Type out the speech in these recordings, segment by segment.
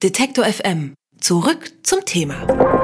Detektor FM. Zurück zum Thema.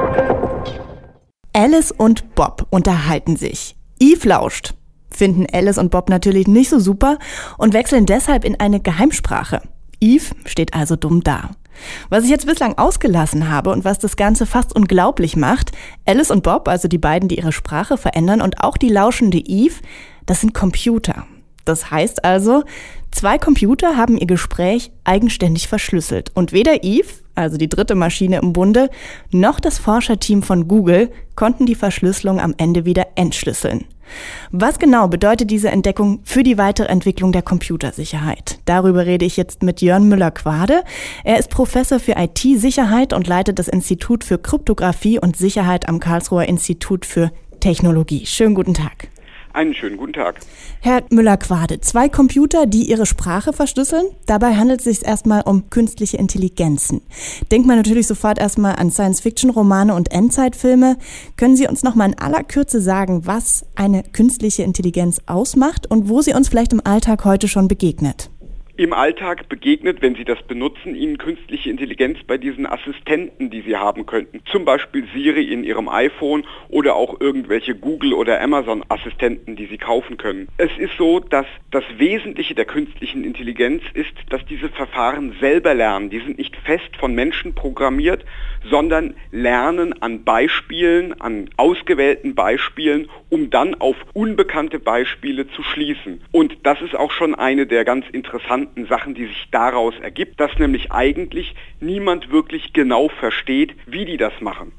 Alice und Bob unterhalten sich. Eve lauscht. Finden Alice und Bob natürlich nicht so super und wechseln deshalb in eine Geheimsprache. Eve steht also dumm da. Was ich jetzt bislang ausgelassen habe und was das Ganze fast unglaublich macht, Alice und Bob, also die beiden, die ihre Sprache verändern, und auch die lauschende Eve, das sind Computer. Das heißt also, 2 Computer haben ihr Gespräch eigenständig verschlüsselt. Und weder Eve, also die dritte Maschine im Bunde, noch das Forscherteam von Google konnten die Verschlüsselung am Ende wieder entschlüsseln. Was genau bedeutet diese Entdeckung für die weitere Entwicklung der Computersicherheit? Darüber rede ich jetzt mit Jörn Müller-Quade. Er ist Professor für IT-Sicherheit und leitet das Institut für Kryptographie und Sicherheit am Karlsruher Institut für Technologie. Schönen guten Tag. Einen schönen guten Tag. Herr Müller-Quade, 2 Computer, die ihre Sprache verschlüsseln. Dabei handelt es sich erstmal um künstliche Intelligenzen. Denkt man natürlich sofort erstmal an Science-Fiction-Romane und Endzeitfilme. Können Sie uns noch mal in aller Kürze sagen, was eine künstliche Intelligenz ausmacht und wo sie uns vielleicht im Alltag heute schon begegnet? Im Alltag begegnet, wenn Sie das benutzen, Ihnen künstliche Intelligenz bei diesen Assistenten, die Sie haben könnten. Zum Beispiel Siri in Ihrem iPhone oder auch irgendwelche Google- oder Amazon-Assistenten, die Sie kaufen können. Es ist so, dass das Wesentliche der künstlichen Intelligenz ist, dass diese Verfahren selber lernen. Die sind nicht fest von Menschen programmiert, sondern lernen an Beispielen, an ausgewählten Beispielen, um dann auf unbekannte Beispiele zu schließen. Und das ist auch schon eine der ganz interessanten Sachen, die sich daraus ergibt, dass nämlich eigentlich niemand wirklich genau versteht, wie die das machen.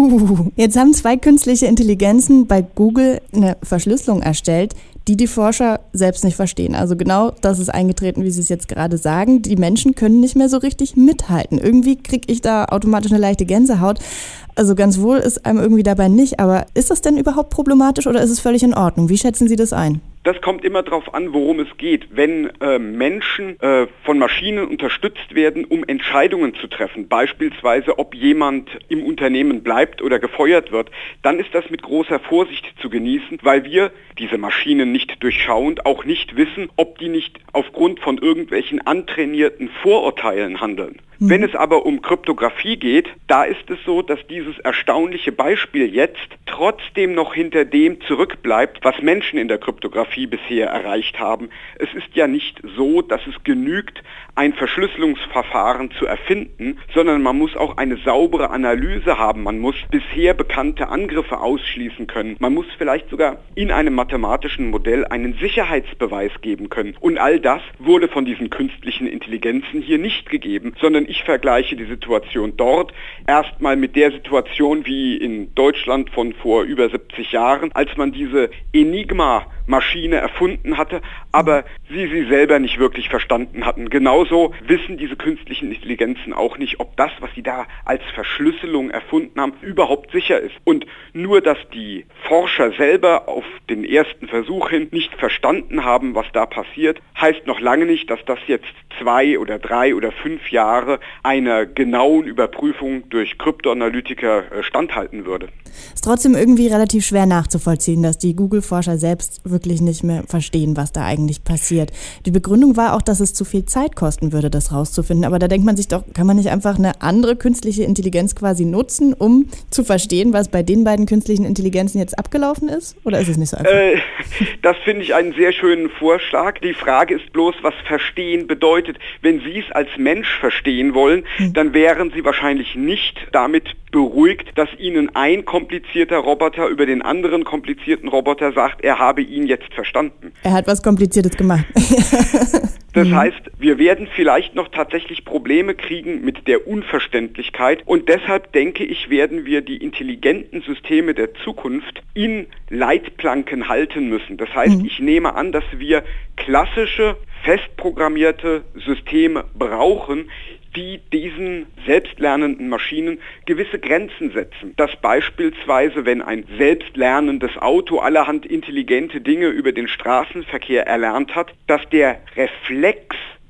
Jetzt haben 2 künstliche Intelligenzen bei Google eine Verschlüsselung erstellt, die Forscher selbst nicht verstehen. Also genau das ist eingetreten, wie Sie es jetzt gerade sagen. Die Menschen können nicht mehr so richtig mithalten. Irgendwie kriege ich da automatisch eine leichte Gänsehaut. Also ganz wohl ist einem irgendwie dabei nicht. Aber ist das denn überhaupt problematisch oder ist es völlig in Ordnung? Wie schätzen Sie das ein? Das kommt immer darauf an, worum es geht. Wenn Menschen von Maschinen unterstützt werden, um Entscheidungen zu treffen, beispielsweise ob jemand im Unternehmen bleibt oder gefeuert wird, dann ist das mit großer Vorsicht zu genießen, weil wir diese Maschinen nicht durchschauend auch nicht wissen, ob die nicht aufgrund von irgendwelchen antrainierten Vorurteilen handeln. Wenn es aber um Kryptographie geht, da ist es so, dass dieses erstaunliche Beispiel jetzt trotzdem noch hinter dem zurückbleibt, was Menschen in der Kryptographie bisher erreicht haben. Es ist ja nicht so, dass es genügt, ein Verschlüsselungsverfahren zu erfinden, sondern man muss auch eine saubere Analyse haben. Man muss bisher bekannte Angriffe ausschließen können. Man muss vielleicht sogar in einem mathematischen Modell einen Sicherheitsbeweis geben können. Und all das wurde von diesen künstlichen Intelligenzen hier nicht gegeben, sondern ich vergleiche die Situation dort erstmal mit der Situation wie in Deutschland von vor über 70 Jahren, als man diese Enigma-Maschine erfunden hatte, aber sie selber nicht wirklich verstanden hatten. Genauso wissen diese künstlichen Intelligenzen auch nicht, ob das, was sie da als Verschlüsselung erfunden haben, überhaupt sicher ist. Und nur, dass die Forscher selber auf den ersten Versuch hin nicht verstanden haben, was da passiert, heißt noch lange nicht, dass das jetzt 2 oder 3 oder 5 Jahre einer genauen Überprüfung durch Kryptoanalytiker standhalten würde. Ist trotzdem irgendwie relativ schwer nachzuvollziehen, dass die Google-Forscher selbst wirklich nicht mehr verstehen, was da eigentlich passiert. Die Begründung war auch, dass es zu viel Zeit kosten würde, das rauszufinden. Aber da denkt man sich doch, kann man nicht einfach eine andere künstliche Intelligenz quasi nutzen, um zu verstehen, was bei den beiden künstlichen Intelligenzen jetzt abgelaufen ist? Oder ist es nicht so einfach? Das finde ich einen sehr schönen Vorschlag. Die Frage ist bloß, was verstehen bedeutet. Wenn Sie es als Mensch verstehen wollen, dann wären Sie wahrscheinlich nicht damit beruhigt, dass Ihnen ein komplizierter Roboter über den anderen komplizierten Roboter sagt, er habe ihn jetzt verstanden. Er hat was Kompliziertes gemacht. Das heißt, wir werden vielleicht noch tatsächlich Probleme kriegen mit der Unverständlichkeit und deshalb denke ich, werden wir die intelligenten Systeme der Zukunft in Leitplanken halten müssen. Das heißt, ich nehme an, dass wir klassische, festprogrammierte Systeme brauchen, die diesen selbstlernenden Maschinen gewisse Grenzen setzen. Dass beispielsweise, wenn ein selbstlernendes Auto allerhand intelligente Dinge über den Straßenverkehr erlernt hat, dass der Reflex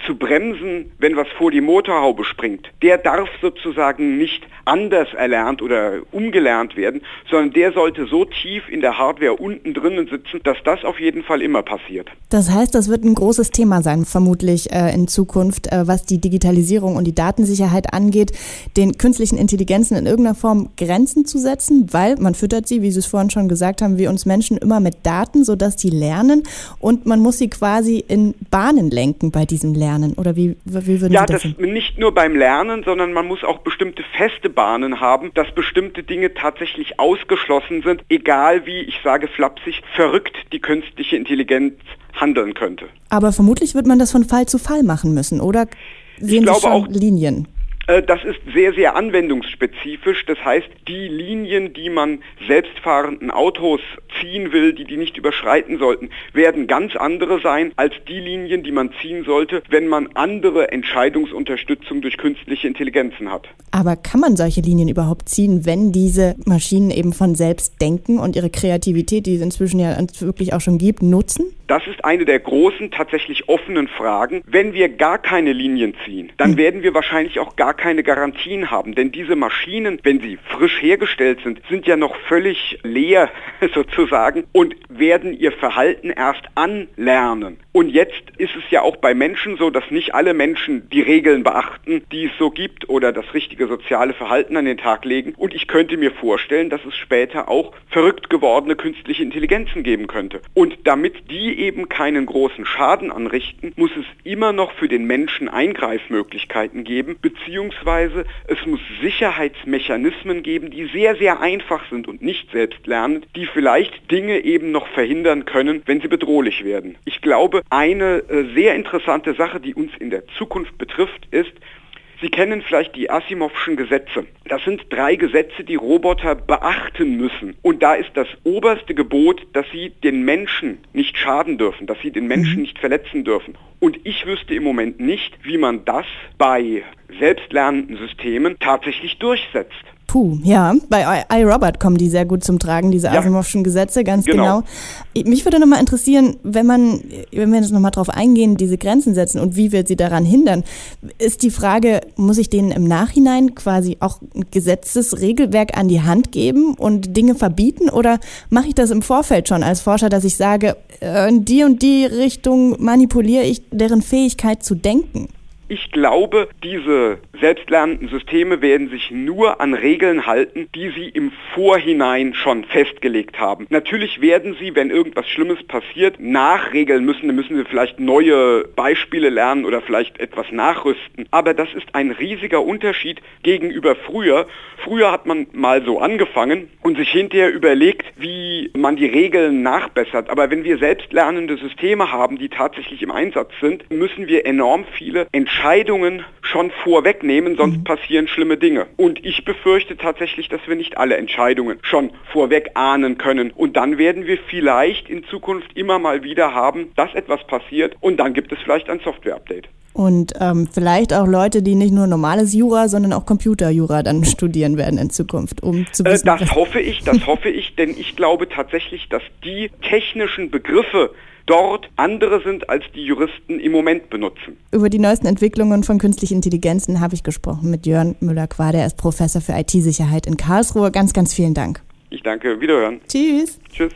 zu bremsen, wenn was vor die Motorhaube springt, der darf sozusagen nicht anders erlernt oder umgelernt werden, sondern der sollte so tief in der Hardware unten drinnen sitzen, dass das auf jeden Fall immer passiert. Das heißt, das wird ein großes Thema sein, vermutlich in Zukunft, was die Digitalisierung und die Datensicherheit angeht, den künstlichen Intelligenzen in irgendeiner Form Grenzen zu setzen, weil man füttert sie, wie Sie es vorhin schon gesagt haben, wir uns Menschen immer mit Daten, sodass die lernen und man muss sie quasi in Bahnen lenken bei diesem Lernen. Oder wie würden Sie das? Ja, das nicht nur beim Lernen, sondern man muss auch bestimmte feste Bahnen haben, dass bestimmte Dinge tatsächlich ausgeschlossen sind, egal wie, ich sage flapsig, verrückt die künstliche Intelligenz handeln könnte. Aber vermutlich wird man das von Fall zu Fall machen müssen, oder sehen Sie schon auch Linien? Das ist sehr, sehr anwendungsspezifisch. Das heißt, die Linien, die man selbstfahrenden Autos ziehen will, die nicht überschreiten sollten, werden ganz andere sein als die Linien, die man ziehen sollte, wenn man andere Entscheidungsunterstützung durch künstliche Intelligenzen hat. Aber kann man solche Linien überhaupt ziehen, wenn diese Maschinen eben von selbst denken und ihre Kreativität, die es inzwischen ja wirklich auch schon gibt, nutzen? Das ist eine der großen, tatsächlich offenen Fragen. Wenn wir gar keine Linien ziehen, dann werden wir wahrscheinlich auch gar keine Garantien haben. Denn diese Maschinen, wenn sie frisch hergestellt sind, sind ja noch völlig leer sozusagen und werden ihr Verhalten erst anlernen. Und jetzt ist es ja auch bei Menschen so, dass nicht alle Menschen die Regeln beachten, die es so gibt oder das richtige soziale Verhalten an den Tag legen. Und ich könnte mir vorstellen, dass es später auch verrückt gewordene künstliche Intelligenzen geben könnte. Und damit die eben keinen großen Schaden anrichten, muss es immer noch für den Menschen Eingreifmöglichkeiten geben, beziehungsweise es muss Sicherheitsmechanismen geben, die sehr, sehr einfach sind und nicht selbstlernend, die vielleicht Dinge eben noch verhindern können, wenn sie bedrohlich werden. Ich glaube, eine sehr interessante Sache, die uns in der Zukunft betrifft, ist, Sie kennen vielleicht die Asimovschen Gesetze. Das sind 3 Gesetze, die Roboter beachten müssen. Und da ist das oberste Gebot, dass sie den Menschen nicht schaden dürfen, dass sie den Menschen nicht verletzen dürfen. Und ich wüsste im Moment nicht, wie man das bei selbstlernenden Systemen tatsächlich durchsetzt. Puh, ja, bei iRobot kommen die sehr gut zum Tragen, diese Asimovschen Gesetze, ganz genau. Mich würde nochmal interessieren, wenn wir jetzt nochmal drauf eingehen, diese Grenzen setzen und wie wir sie daran hindern, ist die Frage, muss ich denen im Nachhinein quasi auch ein Gesetzesregelwerk an die Hand geben und Dinge verbieten oder mache ich das im Vorfeld schon als Forscher, dass ich sage, in die und die Richtung manipuliere ich deren Fähigkeit zu denken? Ich glaube, diese selbstlernenden Systeme werden sich nur an Regeln halten, die sie im Vorhinein schon festgelegt haben. Natürlich werden sie, wenn irgendwas Schlimmes passiert, nachregeln müssen. Dann müssen sie vielleicht neue Beispiele lernen oder vielleicht etwas nachrüsten. Aber das ist ein riesiger Unterschied gegenüber früher. Früher hat man mal so angefangen und sich hinterher überlegt, wie man die Regeln nachbessert. Aber wenn wir selbstlernende Systeme haben, die tatsächlich im Einsatz sind, müssen wir enorm viele Entscheidungen schon vorwegnehmen, sonst passieren schlimme Dinge. Und ich befürchte tatsächlich, dass wir nicht alle Entscheidungen schon vorweg ahnen können. Und dann werden wir vielleicht in Zukunft immer mal wieder haben, dass etwas passiert und dann gibt es vielleicht ein Software-Update. Und vielleicht auch Leute, die nicht nur normales Jura, sondern auch Computerjura dann studieren werden in Zukunft, um zu wissen, das hoffe ich, denn ich glaube tatsächlich, dass die technischen Begriffe dort andere sind, als die Juristen im Moment benutzen. Über die neuesten Entwicklungen von künstlichen Intelligenzen habe ich gesprochen mit Jörn Müller-Quade. Er ist Professor für IT-Sicherheit in Karlsruhe. Ganz, ganz vielen Dank. Ich danke. Wiederhören. Tschüss. Tschüss.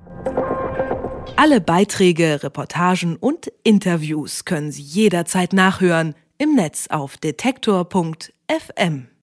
Alle Beiträge, Reportagen und Interviews können Sie jederzeit nachhören im Netz auf detektor.fm.